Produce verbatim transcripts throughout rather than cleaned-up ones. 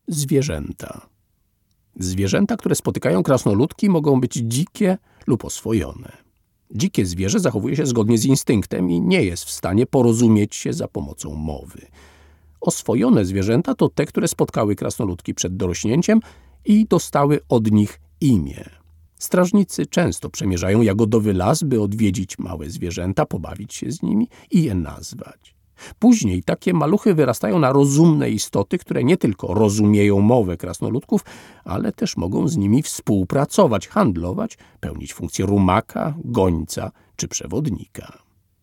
Zwierzęta. Zwierzęta, które spotykają krasnoludki, mogą być dzikie lub oswojone. Dzikie zwierzę zachowuje się zgodnie z instynktem i nie jest w stanie porozumieć się za pomocą mowy. Oswojone zwierzęta to te, które spotkały krasnoludki przed dorośnięciem i dostały od nich imię. Strażnicy często przemierzają jagodowy las, by odwiedzić małe zwierzęta, pobawić się z nimi i je nazwać. Później takie maluchy wyrastają na rozumne istoty, które nie tylko rozumieją mowę krasnoludków, ale też mogą z nimi współpracować, handlować, pełnić funkcję rumaka, gońca czy przewodnika.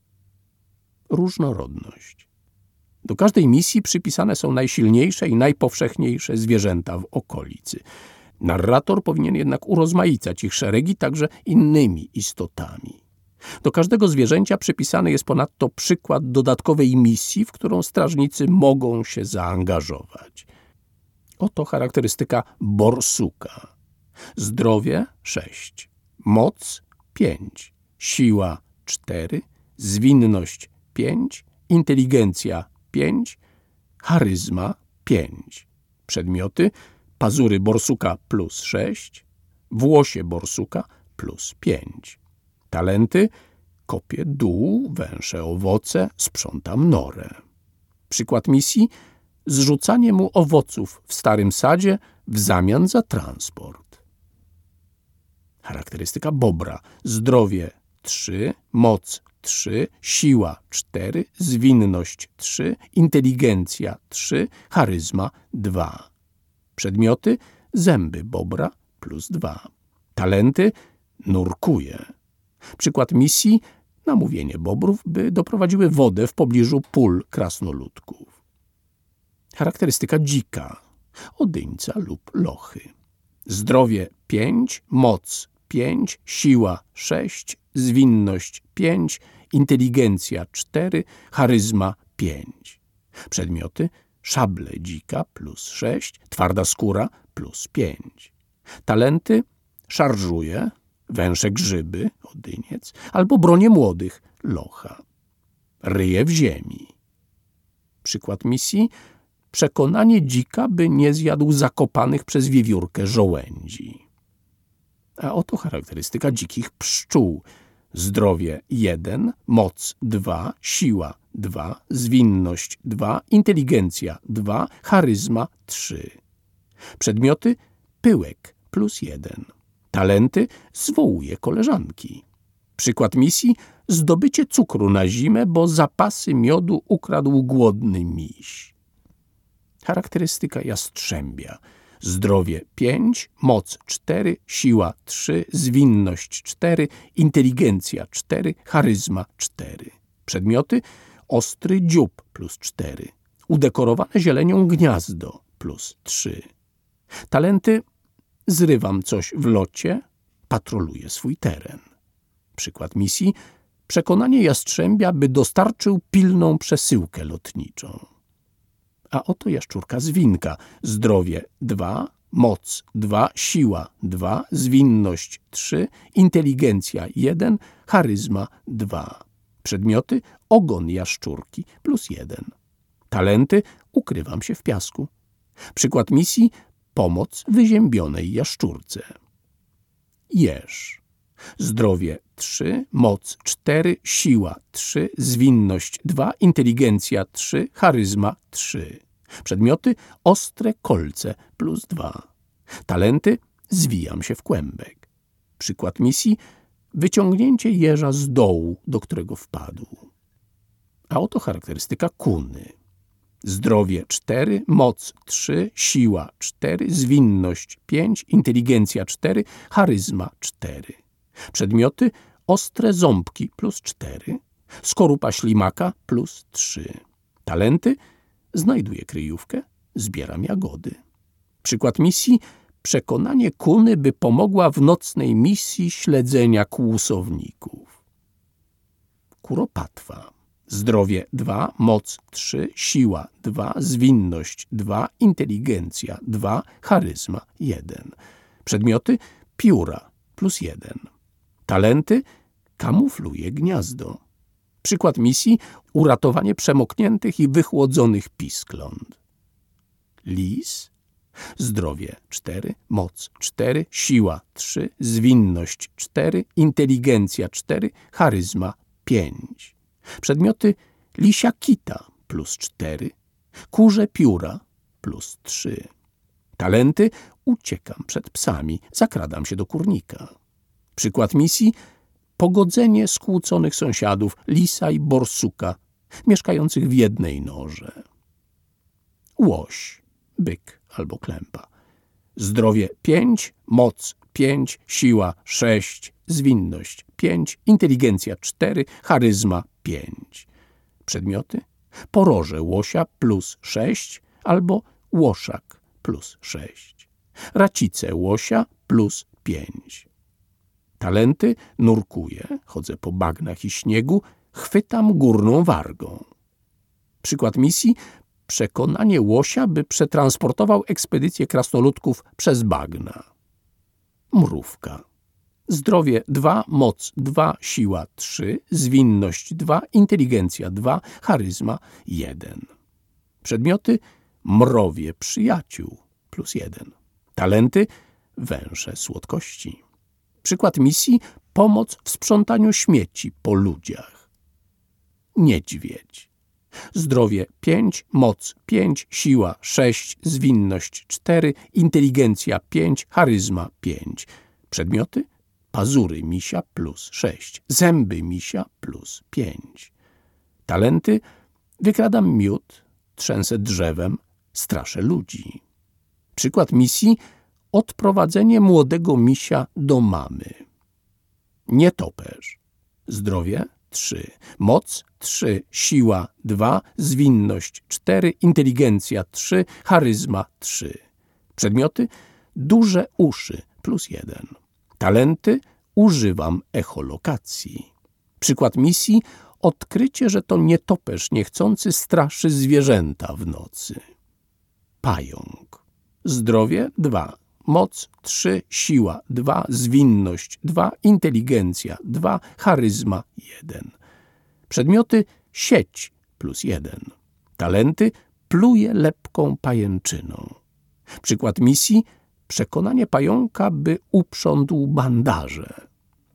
Różnorodność. Do każdej misji przypisane są najsilniejsze i najpowszechniejsze zwierzęta w okolicy. Narrator powinien jednak urozmaicać ich szeregi także innymi istotami. Do każdego zwierzęcia przypisany jest ponadto przykład dodatkowej misji, w którą strażnicy mogą się zaangażować. Oto charakterystyka borsuka. Zdrowie sześć, moc pięć, siła cztery, zwinność pięć, inteligencja pięć, charyzma pięć. Przedmioty: pazury borsuka plus sześć, włosie borsuka plus pięć. Talenty: kopię dół, węszę owoce, sprzątam norę. Przykład misji: zrzucanie mu owoców w starym sadzie w zamian za transport. Charakterystyka bobra. Zdrowie trzy, moc trzy, siła cztery, zwinność trzy, inteligencja trzy, charyzma dwa. Przedmioty: zęby bobra plus dwa. Talenty: nurkuje. Przykład misji: namówienie bobrów, by doprowadziły wodę w pobliżu pól krasnoludków. Charakterystyka dzika. Odyńca lub lochy. Zdrowie pięć, moc pięć, siła sześć, zwinność pięć, inteligencja cztery, charyzma pięć. Przedmioty: szable dzika plus sześć, twarda skóra plus pięć. Talenty: szarżuje, węsze grzyby, odyniec, albo bronię młodych, locha. Ryje w ziemi. Przykład misji: przekonanie dzika, by nie zjadł zakopanych przez wiewiórkę żołędzi. A oto charakterystyka dzikich pszczół. Zdrowie jeden, moc dwa, siła dwa, zwinność dwa, inteligencja dwa, charyzma trzy. Przedmioty: pyłek plus jeden. Talenty: zwołuje koleżanki. Przykład misji: zdobycie cukru na zimę, bo zapasy miodu ukradł głodny miś. Charakterystyka jastrzębia. Zdrowie pięć, moc cztery, siła trzy, zwinność cztery, inteligencja cztery, charyzma cztery. Przedmioty: ostry dziób plus cztery, udekorowane zielenią gniazdo plus trzy. Talenty: zrywam coś w locie, patroluję swój teren. Przykład misji: przekonanie jastrzębia, by dostarczył pilną przesyłkę lotniczą. A oto jaszczurka zwinka. Zdrowie dwa, moc dwa, siła dwa, zwinność trzy, inteligencja jeden, charyzma dwa. Przedmioty: ogon jaszczurki plus jeden. Talenty: ukrywam się w piasku. Przykład misji: pomoc wyziębionej jaszczurce. Jeż. Zdrowie trzy, moc cztery, siła trzy, zwinność dwa, inteligencja trzy, charyzma trzy. Przedmioty: ostre kolce plus dwa. Talenty: zwijam się w kłębek. Przykład misji: wyciągnięcie jeża z dołu, do którego wpadł. A oto charakterystyka kuny. Zdrowie cztery, moc trzy, siła cztery, zwinność pięć, inteligencja cztery, charyzma cztery. Przedmioty: ostre ząbki plus cztery, skorupa ślimaka plus trzy. Talenty: znajduję kryjówkę, zbieram jagody. Przykład misji: przekonanie kuny, by pomogła w nocnej misji śledzenia kłusowników. Kuropatwa. Zdrowie dwa, moc trzy, siła dwa, zwinność dwa, inteligencja dwa, charyzma jeden. Przedmioty: pióra plus jeden. Talenty: kamufluje gniazdo. Przykład misji: uratowanie przemokniętych i wychłodzonych piskląt. Lis. Zdrowie cztery, moc cztery, siła trzy, zwinność cztery, inteligencja cztery, charyzma pięć. Przedmioty lisia kita plus cztery, kurze pióra plus trzy. Talenty uciekam przed psami, zakradam się do kurnika. Przykład misji pogodzenie skłóconych sąsiadów lisa i borsuka mieszkających w jednej norze. Łoś, byk albo klępa. Zdrowie pięć, moc pięć, siła sześć, zwinność pięć, inteligencja cztery, charyzma pięć. Przedmioty poroże łosia plus sześć albo łoszak plus sześć. Racice łosia plus pięć. Talenty nurkuję, chodzę po bagnach i śniegu, chwytam górną wargą. Przykład misji przekonanie łosia, by przetransportował ekspedycję krasnoludków przez bagna. Mrówka. Zdrowie dwa, moc dwa, siła trzy, zwinność dwa, inteligencja dwa, charyzma jeden. Przedmioty mrowie przyjaciół plus jeden. Talenty węże słodkości. Przykład misji pomoc w sprzątaniu śmieci po ludziach. Niedźwiedź. Zdrowie pięć, moc pięć, siła sześć, zwinność cztery, inteligencja pięć, charyzma pięć. Przedmioty pazury misia plus sześć, zęby misia plus pięć. Talenty wykradam miód, trzęsę drzewem, straszę ludzi. Przykład misji odprowadzenie młodego misia do mamy. Nietoperz. Zdrowie trzy, moc trzy, siła dwa, zwinność cztery, inteligencja trzy, charyzma trzy. Przedmioty duże uszy plus jeden. Talenty używam echolokacji. Przykład misji odkrycie, że to nietoperz niechcący straszy zwierzęta w nocy. Pająk. Zdrowie dwa, moc trzy, siła dwa, zwinność dwa, inteligencja dwa, charyzma jeden. Przedmioty sieć plus jeden. Talenty pluje lepką pajęczyną. Przykład misji przekonanie pająka, by uprzątł bandaże.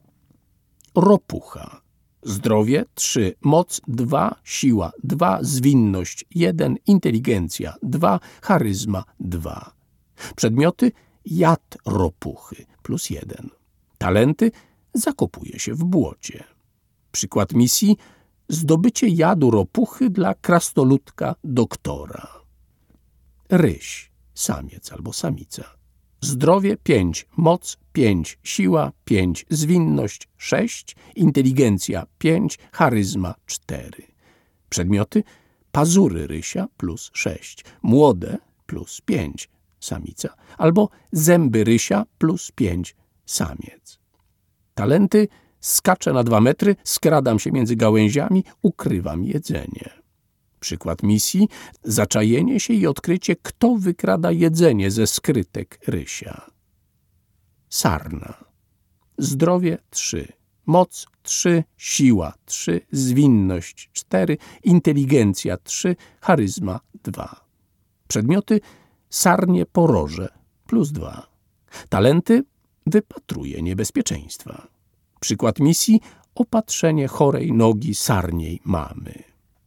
Ropucha. Zdrowie trzy, moc dwa, siła dwa, zwinność jeden, inteligencja dwa, charyzma dwa. Przedmioty jad ropuchy plus jeden. Talenty zakopuje się w błocie. Przykład misji zdobycie jadu ropuchy dla krasnoludka doktora. Ryś, samiec albo samica. Zdrowie pięć, moc pięć, siła pięć, zwinność sześć, inteligencja pięć, charyzma cztery. Przedmioty pazury rysia plus sześć, młode plus pięć, samica, albo zęby rysia plus pięć, samiec. Talenty skaczę na dwa metry, skradam się między gałęziami, ukrywam jedzenie. Przykład misji zaczajenie się i odkrycie, kto wykrada jedzenie ze skrytek rysia. Sarna. Zdrowie trzy, moc trzy, siła trzy, zwinność cztery, inteligencja trzy, charyzma dwa. Przedmioty sarnie poroże plus dwa. Talenty wypatruje niebezpieczeństwa. Przykład misji opatrzenie chorej nogi sarniej mamy.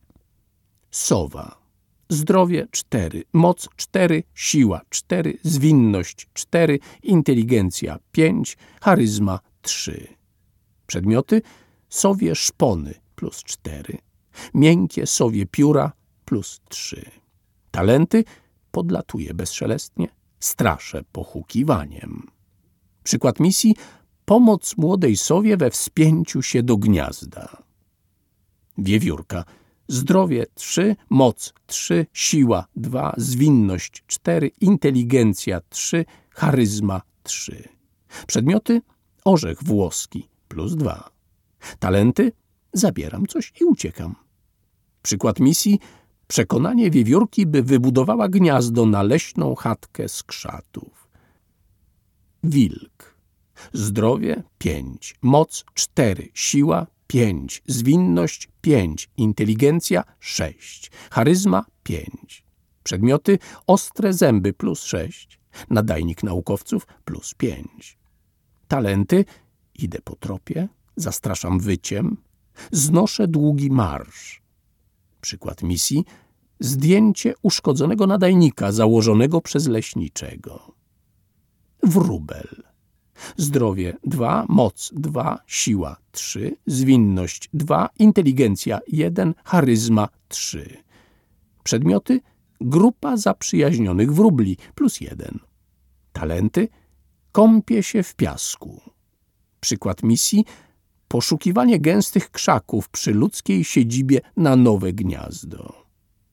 Sowa. Zdrowie cztery, moc cztery, siła cztery, zwinność cztery, inteligencja pięć, charyzma trzy. Przedmioty sowie szpony plus cztery, miękkie sowie pióra plus trzy. Talenty podlatuje bezszelestnie, straszę pochukiwaniem. Przykład misji pomoc młodej sowie we wspięciu się do gniazda. Wiewiórka. Zdrowie trzy, moc trzy, siła dwa, zwinność cztery, inteligencja trzy, charyzma trzy. Przedmioty orzech włoski plus dwa. Talenty zabieram coś i uciekam. Przykład misji przekonanie wiewiórki, by wybudowała gniazdo na leśną chatkę z krzatów. Wilk. Zdrowie pięć, moc cztery, siła pięć, zwinność pięć, inteligencja sześć, charyzma pięć. Przedmioty: ostre zęby plus sześć, nadajnik naukowców plus pięć. Talenty: idę po tropie, zastraszam wyciem, znoszę długi marsz. Przykład misji: zdjęcie uszkodzonego nadajnika założonego przez leśniczego. Wróbel. Zdrowie dwa, moc dwa, siła trzy, zwinność dwa, inteligencja jeden, charyzma trzy. Przedmioty: grupa zaprzyjaźnionych wróbli plus jeden. Talenty: kąpie się w piasku. Przykład misji: poszukiwanie gęstych krzaków przy ludzkiej siedzibie na nowe gniazdo.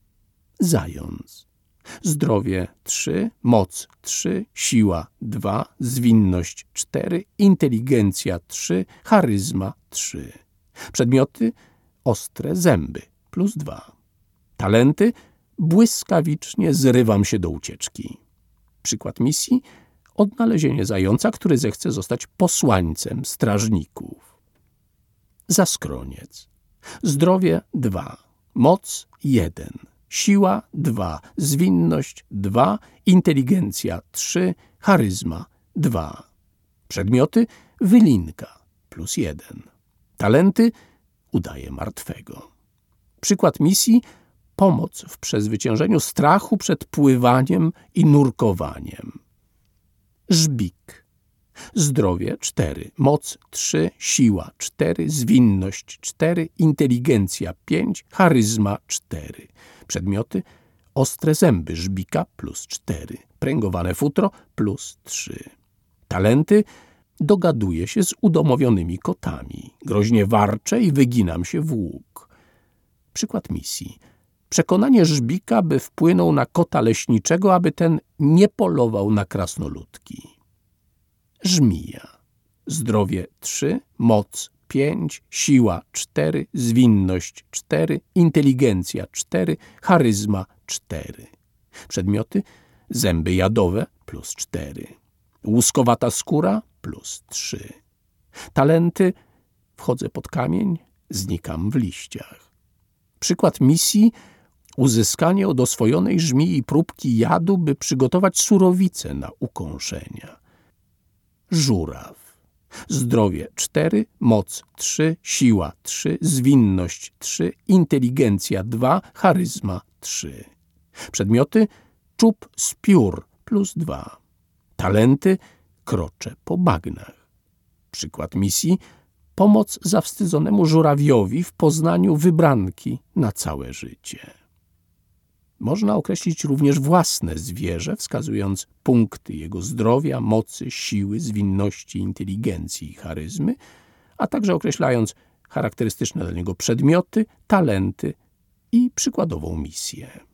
Zając. Zdrowie trzy, moc trzy, siła dwa, zwinność cztery, inteligencja trzy, charyzma trzy. Przedmioty: ostre zęby plus dwa. Talenty: błyskawicznie zrywam się do ucieczki. Przykład misji: odnalezienie zająca, który zechce zostać posłańcem strażników. Zaskroniec. Zdrowie dwa, moc jeden, siła dwa, zwinność dwa, inteligencja trzy, charyzma dwa. Przedmioty: wylinka plus jeden. Talenty: udaje martwego. Przykład misji: pomoc w przezwyciężeniu strachu przed pływaniem i nurkowaniem. Żbik. Zdrowie cztery, moc trzy, siła cztery, zwinność cztery, inteligencja pięć, charyzma cztery. Przedmioty: ostre zęby żbika plus cztery, pręgowane futro plus trzy. Talenty: dogaduję się z udomowionymi kotami, groźnie warczę i wyginam się w łuk. Przykład misji: przekonanie żbika, by wpłynął na kota leśniczego, aby ten nie polował na krasnoludki. Żmija. Zdrowie trzy, moc pięć, siła cztery, zwinność cztery, inteligencja cztery, charyzma cztery. Przedmioty: zęby jadowe plus cztery, łuskowata skóra plus trzy. Talenty: wchodzę pod kamień, znikam w liściach. Przykład misji: uzyskanie od oswojonej żmii próbki jadu, by przygotować surowicę na ukąszenia. Żuraw. Zdrowie cztery, moc trzy, siła trzy, zwinność trzy, inteligencja dwa, charyzma trzy. Przedmioty: czub z piór plus dwa. Talenty: kroczę po bagnach. Przykład misji: pomoc zawstydzonemu żurawiowi w poznaniu wybranki na całe życie. Można określić również własne zwierzę, wskazując punkty jego zdrowia, mocy, siły, zwinności, inteligencji i charyzmy, a także określając charakterystyczne dla niego przedmioty, talenty i przykładową misję.